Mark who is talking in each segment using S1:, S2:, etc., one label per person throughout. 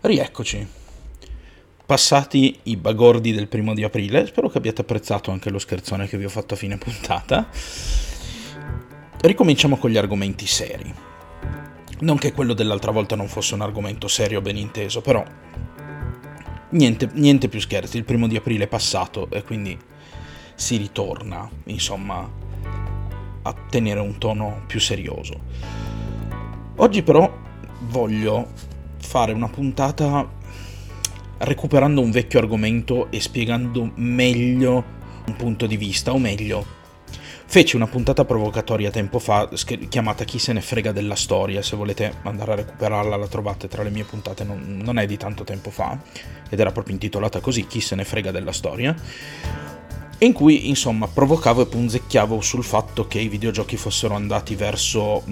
S1: Rieccoci, passati i bagordi del 1 aprile, spero che abbiate apprezzato anche lo scherzone che vi ho fatto a fine puntata. Ricominciamo con gli argomenti seri. Non che quello dell'altra volta non fosse un argomento serio, ben inteso, però niente più scherzi, il 1 aprile è passato e quindi si ritorna, insomma, a tenere un tono più serioso. Oggi però voglio fare una puntata recuperando un vecchio argomento e spiegando meglio un punto di vista, o meglio, feci una puntata provocatoria tempo fa chiamata Chi se ne frega della storia. Se volete andare a recuperarla la trovate tra le mie puntate, non è di tanto tempo fa, ed era proprio intitolata così, Chi se ne frega della storia, in cui insomma provocavo e punzecchiavo sul fatto che i videogiochi fossero andati verso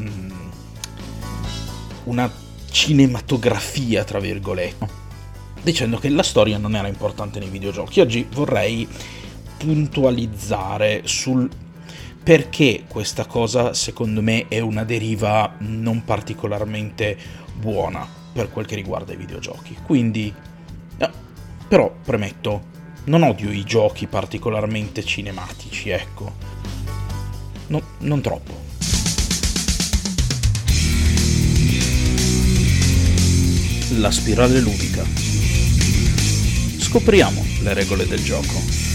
S1: una cinematografia, tra virgolette, dicendo che la storia non era importante nei videogiochi. Oggi vorrei puntualizzare sul perché questa cosa secondo me è una deriva non particolarmente buona per quel che riguarda i videogiochi. Quindi, però premetto, non odio i giochi particolarmente cinematici, ecco, no, non troppo. La spirale ludica. Scopriamo le regole del gioco.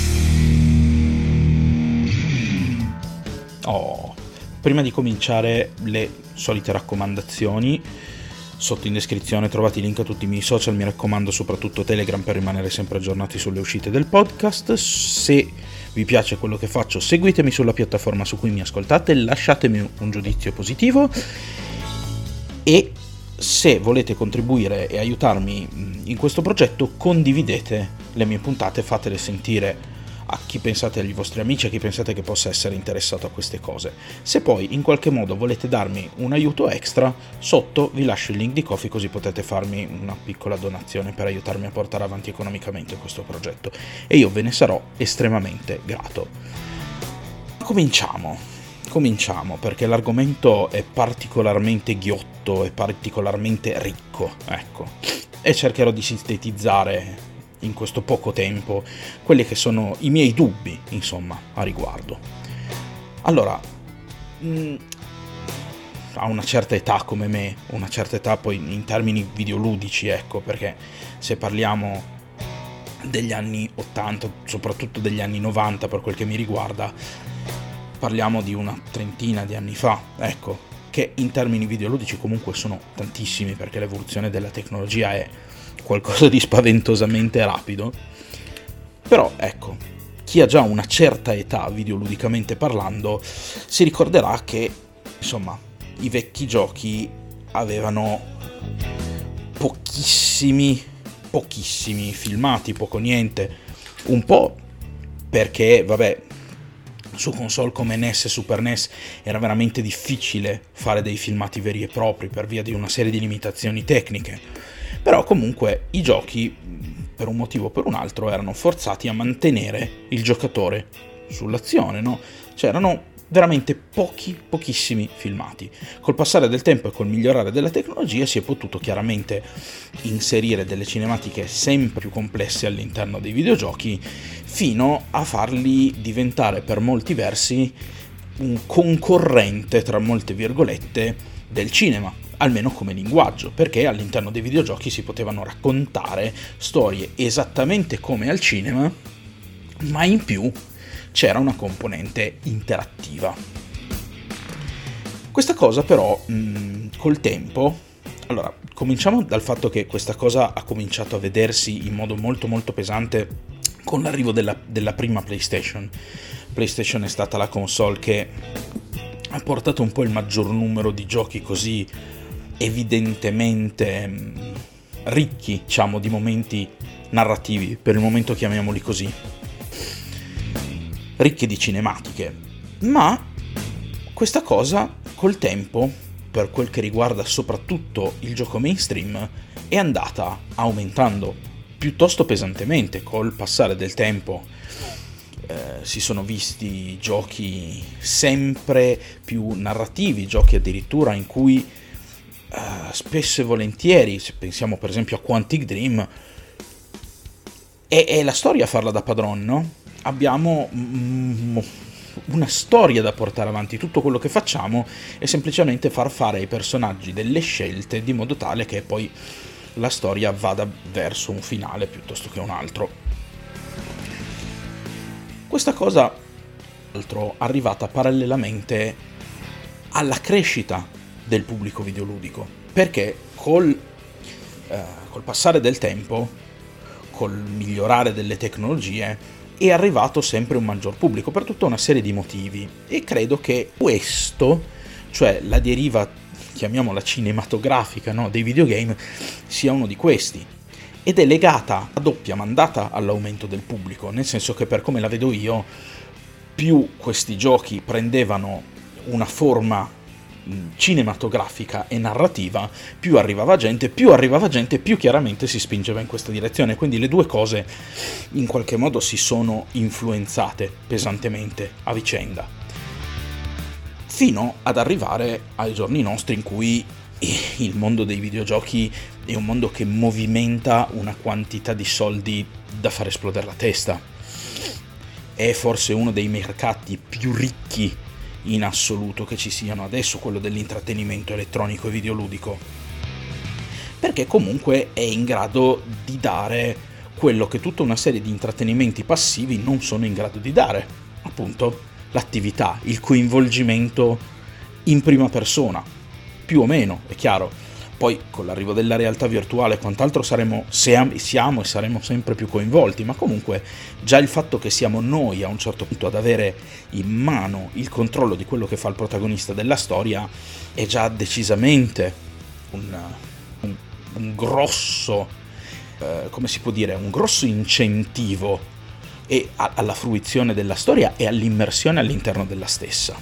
S1: Prima di cominciare, le solite raccomandazioni. Sotto in descrizione trovate i link a tutti i miei social, mi raccomando soprattutto Telegram per rimanere sempre aggiornati sulle uscite del podcast. Se vi piace quello che faccio, seguitemi sulla piattaforma su cui mi ascoltate, lasciatemi un giudizio positivo e se volete contribuire e aiutarmi in questo progetto, condividete le mie puntate, fatele sentire a chi pensate, agli vostri amici, a chi pensate che possa essere interessato a queste cose. Se poi in qualche modo volete darmi un aiuto extra, sotto vi lascio il link di Ko-fi, così potete farmi una piccola donazione per aiutarmi a portare avanti economicamente questo progetto e io ve ne sarò estremamente grato. Cominciamo perché l'argomento è particolarmente ghiotto e particolarmente ricco, ecco, e cercherò di sintetizzare in questo poco tempo quelli che sono i miei dubbi, insomma, a riguardo. Allora, a una certa età come me, una certa età poi in termini videoludici, ecco, perché se parliamo degli anni 80, soprattutto degli anni 90 per quel che mi riguarda, parliamo di una trentina di anni fa, ecco, che in termini videoludici comunque sono tantissimi, perché l'evoluzione della tecnologia è qualcosa di spaventosamente rapido. Però ecco, chi ha già una certa età videoludicamente parlando si ricorderà che insomma i vecchi giochi avevano pochissimi filmati, poco niente, un po' perché vabbè, su console come NES e Super NES era veramente difficile fare dei filmati veri e propri per via di una serie di limitazioni tecniche, però comunque i giochi per un motivo o per un altro erano forzati a mantenere il giocatore sull'azione, no? C'erano veramente pochissimi filmati. Col passare del tempo e col migliorare della tecnologia si è potuto chiaramente inserire delle cinematiche sempre più complesse all'interno dei videogiochi, fino a farli diventare per molti versi un concorrente, tra molte virgolette, del cinema, almeno come linguaggio, perché all'interno dei videogiochi si potevano raccontare storie esattamente come al cinema, ma in più c'era una componente interattiva. Questa cosa però col tempo, allora cominciamo dal fatto che questa cosa ha cominciato a vedersi in modo molto pesante con l'arrivo della prima PlayStation. PlayStation è stata la console che ha portato un po' il maggior numero di giochi così evidentemente ricchi, diciamo, di momenti narrativi, per il momento chiamiamoli così, ricche di cinematiche. Ma questa cosa col tempo, per quel che riguarda soprattutto il gioco mainstream, è andata aumentando piuttosto pesantemente. Col passare del tempo si sono visti giochi sempre più narrativi, giochi addirittura in cui spesso e volentieri, se pensiamo per esempio a Quantic Dream, è la storia a farla da padrone, no? Abbiamo una storia da portare avanti, tutto quello che facciamo è semplicemente far fare ai personaggi delle scelte di modo tale che poi la storia vada verso un finale piuttosto che un altro. Questa cosa, tra l'altro, è arrivata parallelamente alla crescita del pubblico videoludico, perché col passare del tempo, col migliorare delle tecnologie, è arrivato sempre un maggior pubblico per tutta una serie di motivi, e credo che questo, cioè la deriva, chiamiamola cinematografica, no, dei videogame, sia uno di questi, ed è legata a doppia mandata all'aumento del pubblico, nel senso che, per come la vedo io, più questi giochi prendevano una forma cinematografica e narrativa, più arrivava gente, più chiaramente si spingeva in questa direzione. Quindi le due cose in qualche modo si sono influenzate pesantemente a vicenda, fino ad arrivare ai giorni nostri, in cui il mondo dei videogiochi è un mondo che movimenta una quantità di soldi da far esplodere la testa. È forse uno dei mercati più ricchi in assoluto che ci siano adesso, quello dell'intrattenimento elettronico e videoludico, perché comunque è in grado di dare quello che tutta una serie di intrattenimenti passivi non sono in grado di dare, appunto l'attività, il coinvolgimento in prima persona, più o meno, è chiaro. Poi con l'arrivo della realtà virtuale e quant'altro siamo e saremo sempre più coinvolti, ma comunque già il fatto che siamo noi a un certo punto ad avere in mano il controllo di quello che fa il protagonista della storia è già decisamente un grosso, come si può dire, un grosso incentivo alla fruizione della storia e all'immersione all'interno della stessa.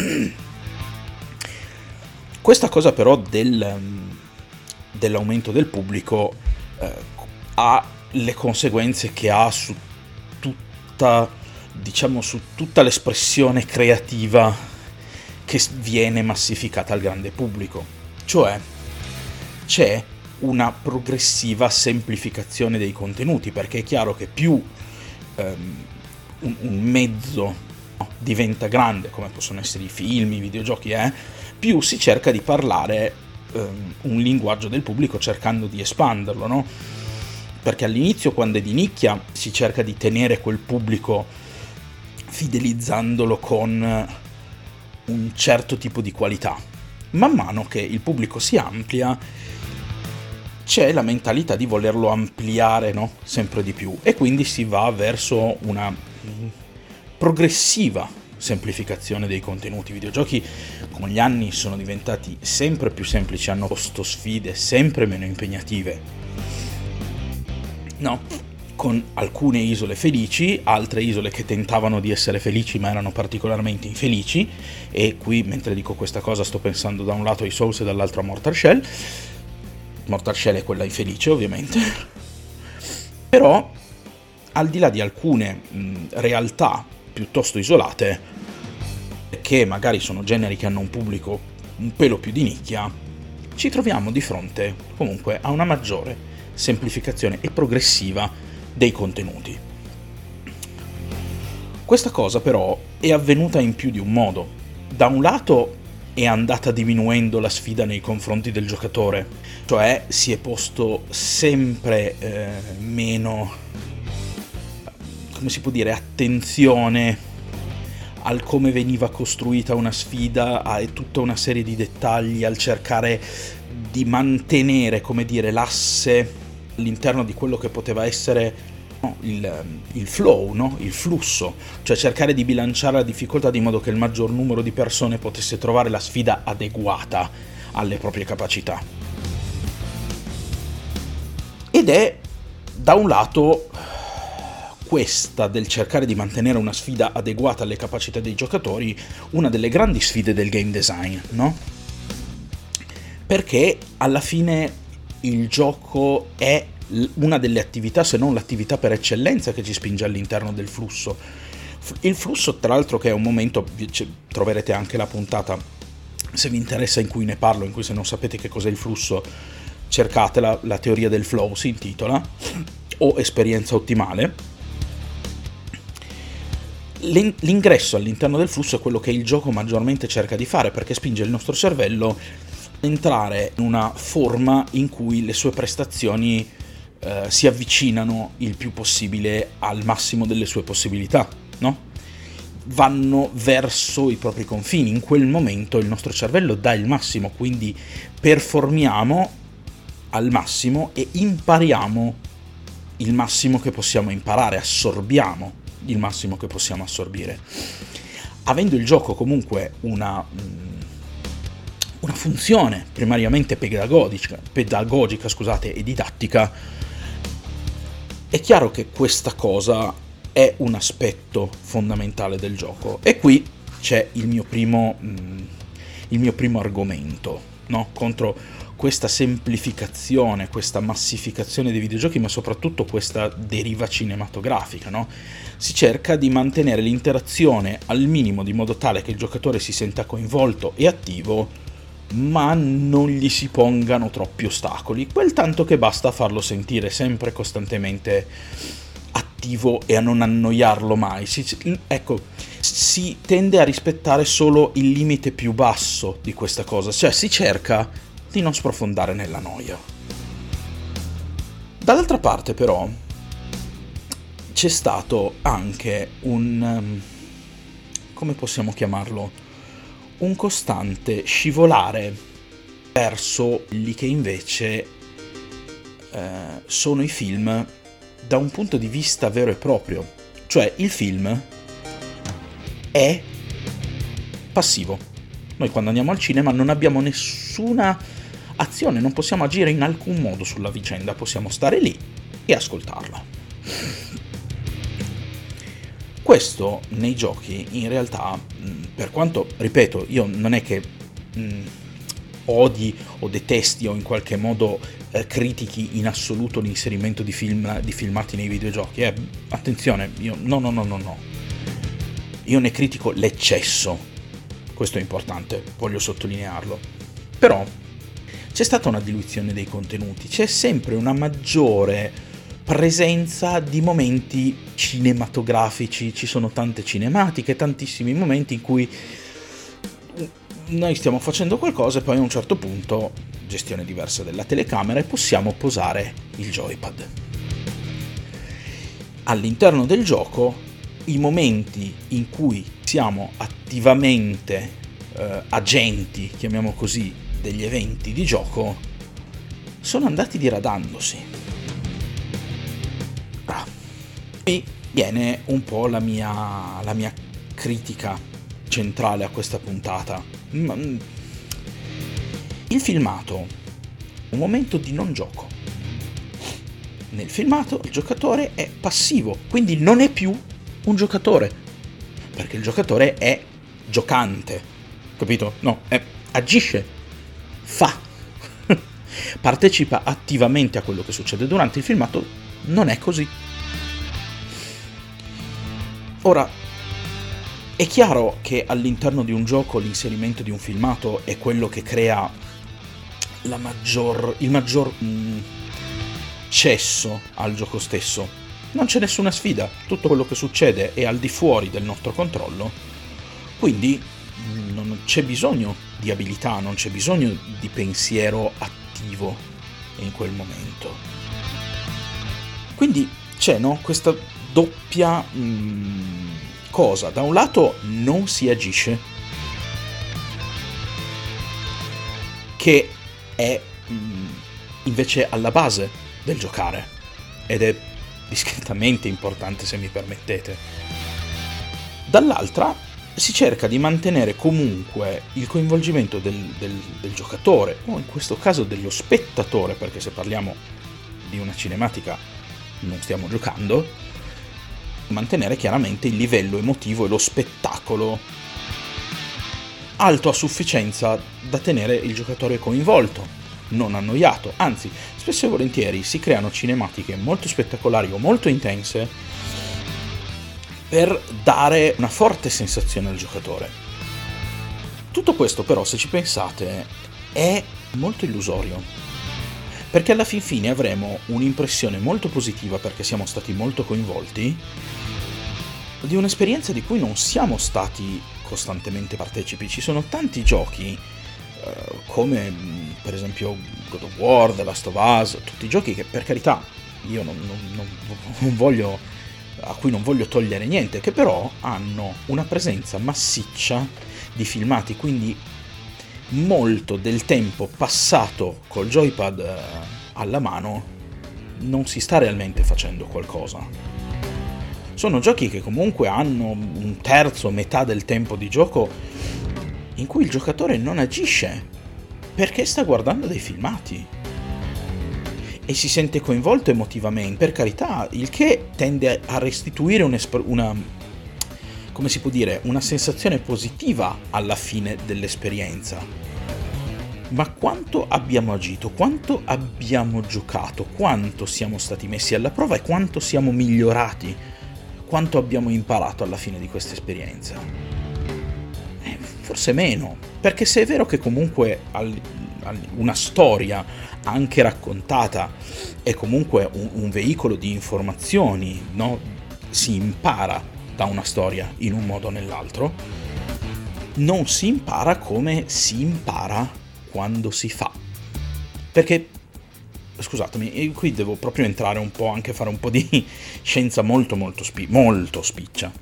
S1: Questa cosa però dell'aumento del pubblico ha le conseguenze che ha su tutta l'espressione creativa che viene massificata al grande pubblico. Cioè c'è una progressiva semplificazione dei contenuti, perché è chiaro che più un mezzo diventa grande, come possono essere i film, i videogiochi, più si cerca di parlare un linguaggio del pubblico cercando di espanderlo, no? Perché all'inizio, quando è di nicchia, si cerca di tenere quel pubblico fidelizzandolo con un certo tipo di qualità. Man mano che il pubblico si amplia, c'è la mentalità di volerlo ampliare, no? Sempre di più, e quindi si va verso una progressiva semplificazione dei contenuti. I videogiochi con gli anni sono diventati sempre più semplici, hanno posto sfide sempre meno impegnative, no? Con alcune isole felici, altre isole che tentavano di essere felici ma erano particolarmente infelici, e qui mentre dico questa cosa sto pensando da un lato ai Souls e dall'altro a Mortal Shell. Mortal Shell è quella infelice, ovviamente, però al di là di alcune realtà piuttosto isolate, che magari sono generi che hanno un pubblico un pelo più di nicchia, ci troviamo di fronte comunque a una maggiore semplificazione e progressiva dei contenuti. Questa cosa però è avvenuta in più di un modo. Da un lato è andata diminuendo la sfida nei confronti del giocatore, cioè si è posto sempre meno, come si può dire, attenzione al come veniva costruita una sfida, a tutta una serie di dettagli, al cercare di mantenere, come dire, l'asse all'interno di quello che poteva essere, no, il flow, no? Il flusso, cioè cercare di bilanciare la difficoltà di modo che il maggior numero di persone potesse trovare la sfida adeguata alle proprie capacità. Ed è, da un lato, questa del cercare di mantenere una sfida adeguata alle capacità dei giocatori, una delle grandi sfide del game design, no? Perché alla fine il gioco è una delle attività, se non l'attività per eccellenza, che ci spinge all'interno del flusso. Il flusso, tra l'altro, che è un momento, troverete anche la puntata se vi interessa in cui ne parlo, in cui se non sapete che cos'è il flusso, cercatela, la teoria del flow si intitola, o esperienza ottimale. L'ingresso all'interno del flusso è quello che il gioco maggiormente cerca di fare, perché spinge il nostro cervello a entrare in una forma in cui le sue prestazioni si avvicinano il più possibile al massimo delle sue possibilità, no? Vanno verso i propri confini. In quel momento il nostro cervello dà il massimo, quindi performiamo al massimo e impariamo il massimo che possiamo imparare, assorbiamo il massimo che possiamo assorbire. Avendo il gioco comunque una funzione primariamente pedagogica, e didattica, è chiaro che questa cosa è un aspetto fondamentale del gioco. E qui c'è il mio primo argomento, no? Contro questa semplificazione, questa massificazione dei videogiochi, ma soprattutto questa deriva cinematografica, no? Si cerca di mantenere l'interazione al minimo, di modo tale che il giocatore si senta coinvolto e attivo, ma non gli si pongano troppi ostacoli, quel tanto che basta farlo sentire sempre costantemente attivo e a non annoiarlo mai. Si tende a rispettare solo il limite più basso di questa cosa, cioè si cerca di non sprofondare nella noia. Dall'altra parte però c'è stato anche come possiamo chiamarlo, un costante scivolare verso quelli che invece sono i film da un punto di vista vero e proprio. Cioè il film è passivo. Noi quando andiamo al cinema non abbiamo nessuna azione, non possiamo agire in alcun modo sulla vicenda, possiamo stare lì e ascoltarla. Questo nei giochi in realtà, per quanto, ripeto, io non è che odi o detesti o in qualche modo critichi in assoluto l'inserimento di filmati nei videogiochi, attenzione, io no. Io ne critico l'eccesso, questo è importante, voglio sottolinearlo. Però c'è stata una diluizione dei contenuti, c'è sempre una maggiore presenza di momenti cinematografici, ci sono tante cinematiche, tantissimi momenti in cui noi stiamo facendo qualcosa e poi a un certo punto, gestione diversa della telecamera, e possiamo posare il joypad. All'interno del gioco, i momenti in cui siamo attivamente agenti, chiamiamo così, degli eventi di gioco, sono andati diradandosi. Qui viene un po' la mia critica centrale a questa puntata. Il filmato, un momento di non gioco. Nel filmato il giocatore è passivo, quindi non è più un giocatore, perché il giocatore è giocante, capito? No, agisce, fa, partecipa attivamente a quello che succede. Durante il filmato non è così. Ora, è chiaro che all'interno di un gioco l'inserimento di un filmato è quello che crea il maggior cesso al gioco stesso. Non c'è nessuna sfida, tutto quello che succede è al di fuori del nostro controllo, quindi non c'è bisogno di abilità, non c'è bisogno di pensiero attivo in quel momento. Quindi c'è, no, questa doppia cosa. Da un lato non si agisce, che è invece alla base del giocare, ed è discretamente importante, se mi permettete. Dall'altra si cerca di mantenere comunque il coinvolgimento del giocatore, o in questo caso dello spettatore, perché se parliamo di una cinematica non stiamo giocando, mantenere chiaramente il livello emotivo e lo spettacolo alto a sufficienza da tenere il giocatore coinvolto, non annoiato. Anzi, spesso e volentieri si creano cinematiche molto spettacolari o molto intense per dare una forte sensazione al giocatore. Tutto questo però, se ci pensate, è molto illusorio, perché alla fin fine avremo un'impressione molto positiva perché siamo stati molto coinvolti di un'esperienza di cui non siamo stati costantemente partecipi. Ci sono tanti giochi come per esempio God of War, The Last of Us, tutti i giochi che, per carità, io non voglio, a cui non voglio togliere niente, che però hanno una presenza massiccia di filmati, quindi molto del tempo passato col joypad alla mano non si sta realmente facendo qualcosa. Sono giochi che comunque hanno un terzo, metà del tempo di gioco in cui il giocatore non agisce perché sta guardando dei filmati e si sente coinvolto emotivamente, per carità, il che tende a restituire una come si può dire, una sensazione positiva alla fine dell'esperienza. Ma quanto abbiamo agito, quanto abbiamo giocato, quanto siamo stati messi alla prova e quanto siamo migliorati, quanto abbiamo imparato alla fine di questa esperienza? Forse meno, perché se è vero che comunque una storia anche raccontata è comunque un veicolo di informazioni, no? Si impara da una storia in un modo o nell'altro, non si impara come si impara quando si fa. Perché, scusatemi, qui devo proprio entrare un po', anche fare un po' di scienza molto spiccia.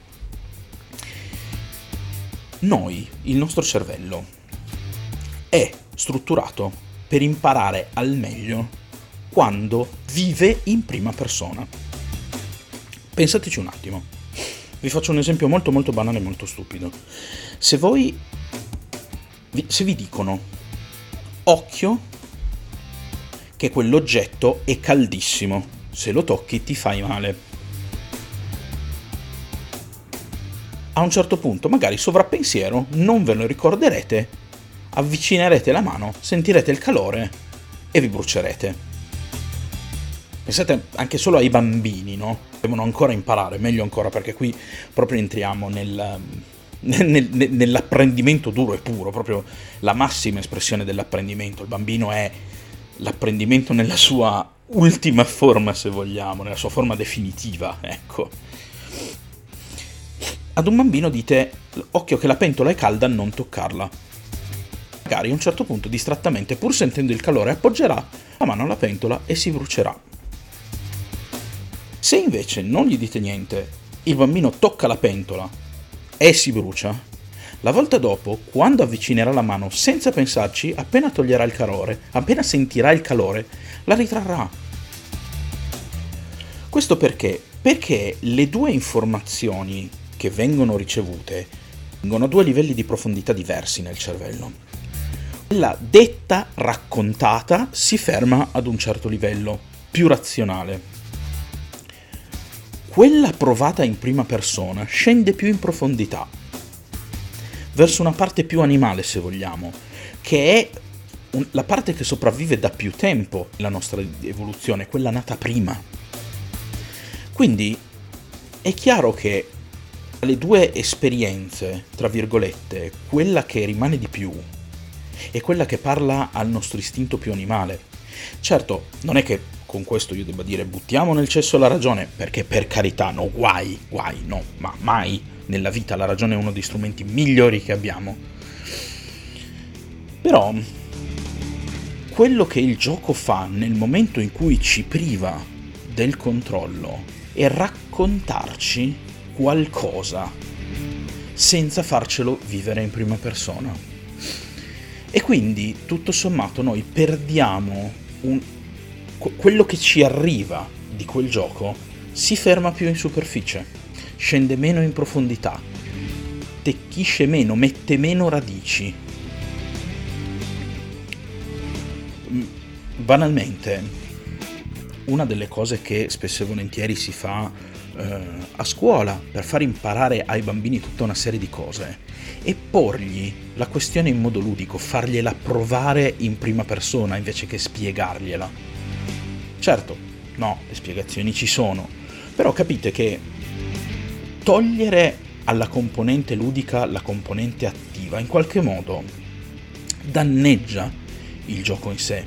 S1: Il nostro cervello è strutturato per imparare al meglio quando vive in prima persona. Pensateci un attimo. Vi faccio un esempio molto banale e molto stupido. Se vi dicono occhio che quell'oggetto è caldissimo, se lo tocchi ti fai male. A un certo punto, magari sovrappensiero, non ve lo ricorderete, avvicinerete la mano, sentirete il calore e vi brucerete. Pensate anche solo ai bambini, no? Devono ancora imparare, meglio ancora, perché qui proprio entriamo nell'apprendimento duro e puro, proprio la massima espressione dell'apprendimento. Il bambino è l'apprendimento nella sua ultima forma, se vogliamo, nella sua forma definitiva, ecco. Ad un bambino dite, occhio che la pentola è calda, non toccarla. Magari a un certo punto, distrattamente, pur sentendo il calore, appoggerà la mano alla pentola e si brucerà. Se invece non gli dite niente, il bambino tocca la pentola e si brucia, la volta dopo, quando avvicinerà la mano senza pensarci, appena toglierà il calore, appena sentirà il calore, la ritrarrà. Questo perché? Perché le due informazioni che vengono ricevute vengono a due livelli di profondità diversi nel cervello. La detta raccontata si ferma ad un certo livello, più razionale. Quella provata in prima persona scende più in profondità, verso una parte più animale, se vogliamo, che è la parte che sopravvive da più tempo nella nostra evoluzione, quella nata prima. Quindi è chiaro che le due esperienze, tra virgolette, quella che rimane di più è quella che parla al nostro istinto più animale. Certo, non è che con questo io debba dire buttiamo nel cesso la ragione, perché per carità, no, guai, no, ma mai nella vita la ragione è uno degli strumenti migliori che abbiamo. Però quello che il gioco fa nel momento in cui ci priva del controllo è raccontarci qualcosa senza farcelo vivere in prima persona. E quindi, tutto sommato, noi perdiamo quello che ci arriva di quel gioco si ferma più in superficie, scende meno in profondità, tecchisce meno, mette meno radici. Banalmente, una delle cose che spesso e volentieri si fa a scuola per far imparare ai bambini tutta una serie di cose e porgli la questione in modo ludico, fargliela provare in prima persona invece che spiegargliela. Certo, no, le spiegazioni ci sono, però capite che togliere alla componente ludica la componente attiva narrativa in qualche modo danneggia il gioco in sé,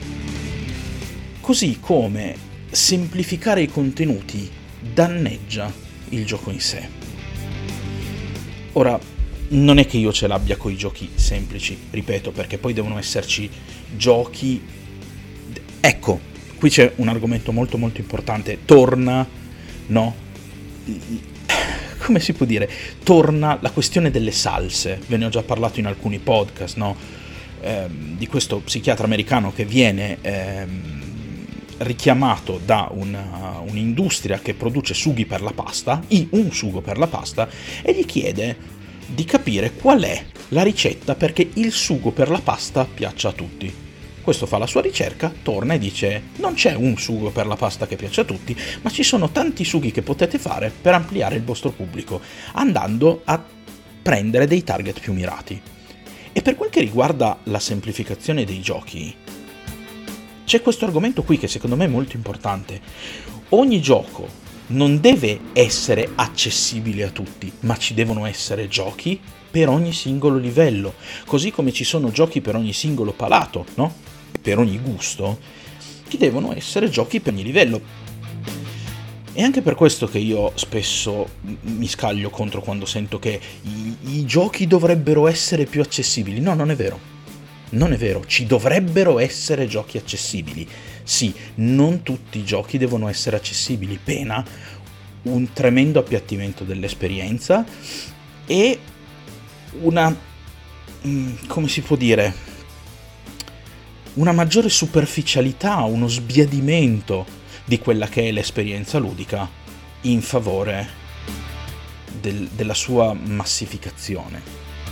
S1: così come semplificare i contenuti danneggia il gioco in sé. Ora, non è che io ce l'abbia con i giochi semplici, ripeto, perché poi devono esserci giochi... Ecco, qui c'è un argomento molto molto importante, torna, no? Come si può dire? Torna la questione delle salse, ve ne ho già parlato in alcuni podcast, no? Di questo psichiatra americano che viene richiamato da un'industria che produce sughi per la pasta, un sugo per la pasta, e gli chiede di capire qual è la ricetta perché il sugo per la pasta piaccia a tutti. Questo fa la sua ricerca, torna e dice: non c'è un sugo per la pasta che piaccia a tutti, ma ci sono tanti sughi che potete fare per ampliare il vostro pubblico, andando a prendere dei target più mirati. E per quel che riguarda la semplificazione dei giochi, c'è questo argomento qui che secondo me è molto importante. Ogni gioco non deve essere accessibile a tutti, ma ci devono essere giochi per ogni singolo livello, così come ci sono giochi per ogni singolo palato, no? Per ogni gusto, ci devono essere giochi per ogni livello. E anche per questo che io spesso mi scaglio contro quando sento che i giochi dovrebbero essere più accessibili. No, non è vero. Non è vero, ci dovrebbero essere giochi accessibili. Sì, non tutti i giochi devono essere accessibili, pena un tremendo appiattimento dell'esperienza e una, come si può dire, una maggiore superficialità, uno sbiadimento di quella che è l'esperienza ludica in favore della sua massificazione.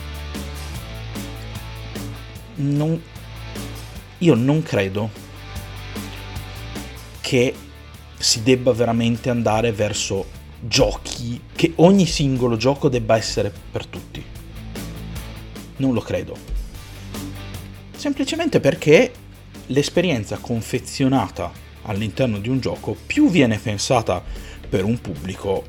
S1: Io non credo che si debba veramente andare verso giochi, che ogni singolo gioco debba essere per tutti. Non lo credo. Semplicemente perché l'esperienza confezionata all'interno di un gioco più viene pensata per un pubblico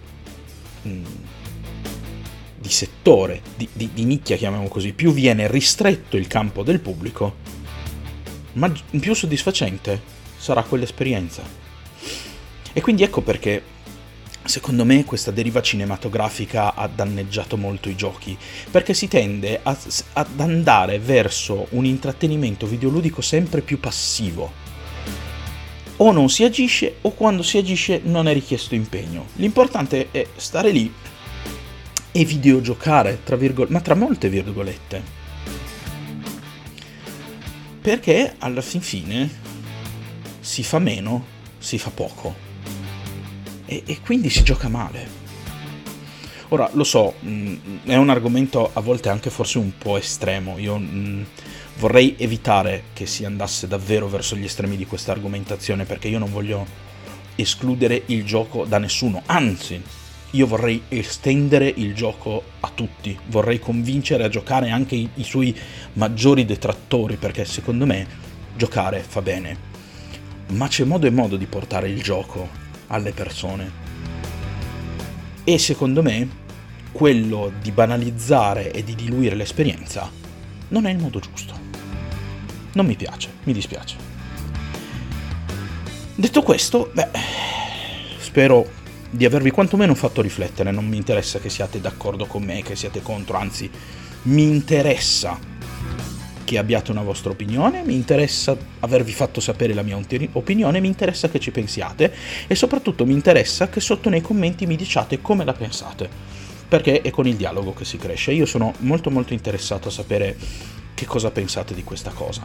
S1: di settore, di nicchia, chiamiamo così, più viene ristretto il campo del pubblico, ma più soddisfacente sarà quell'esperienza. E quindi ecco perché secondo me questa deriva cinematografica ha danneggiato molto i giochi, perché si tende ad andare verso un intrattenimento videoludico sempre più passivo. O non si agisce, o quando si agisce non è richiesto impegno. L'importante è stare lì e videogiocare, ma tra molte virgolette. Perché alla fine si fa meno, si fa poco. E quindi si gioca male. Ora, lo so, è un argomento a volte anche forse un po' estremo. Io vorrei evitare che si andasse davvero verso gli estremi di questa argomentazione, perché io non voglio escludere il gioco da nessuno. Anzi, io vorrei estendere il gioco a tutti. Vorrei convincere a giocare anche i suoi maggiori detrattori, perché secondo me giocare fa bene. Ma c'è modo e modo di portare il gioco alle persone, e secondo me quello di banalizzare e di diluire l'esperienza non è il modo giusto. Non mi piace, mi dispiace. Detto questo, spero di avervi quantomeno fatto riflettere. Non mi interessa che siate d'accordo con me, che siate contro, anzi mi interessa che abbiate una vostra opinione, mi interessa avervi fatto sapere la mia opinione, mi interessa che ci pensiate e soprattutto mi interessa che sotto nei commenti mi diciate come la pensate, perché è con il dialogo che si cresce. Io sono molto molto interessato a sapere che cosa pensate di questa cosa.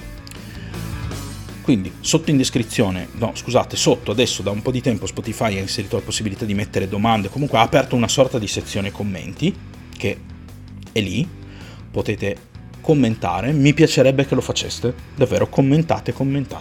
S1: Quindi sotto adesso da un po' di tempo Spotify ha inserito la possibilità di mettere domande, comunque ha aperto una sorta di sezione commenti che è lì, potete commentare, mi piacerebbe che lo faceste, davvero, commentate.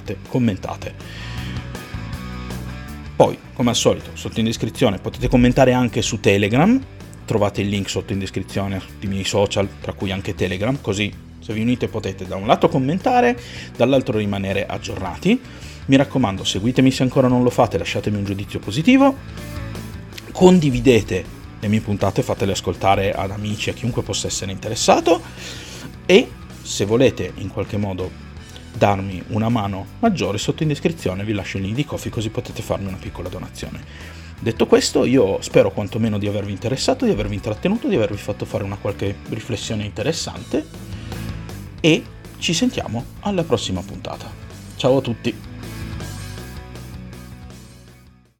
S1: Poi, come al solito, sotto in descrizione potete commentare anche su Telegram, trovate il link sotto in descrizione a tutti i miei social, tra cui anche Telegram, così se vi unite potete da un lato commentare, dall'altro rimanere aggiornati. Mi raccomando, seguitemi se ancora non lo fate, lasciatemi un giudizio positivo, condividete le mie puntate fatele ascoltare ad amici, a chiunque possa essere interessato, e se volete in qualche modo darmi una mano maggiore, sotto in descrizione vi lascio il link di Ko-fi, così potete farmi una piccola donazione. Detto questo, io spero quantomeno di avervi interessato, di avervi intrattenuto, di avervi fatto fare una qualche riflessione interessante, e ci sentiamo alla prossima puntata. Ciao a tutti!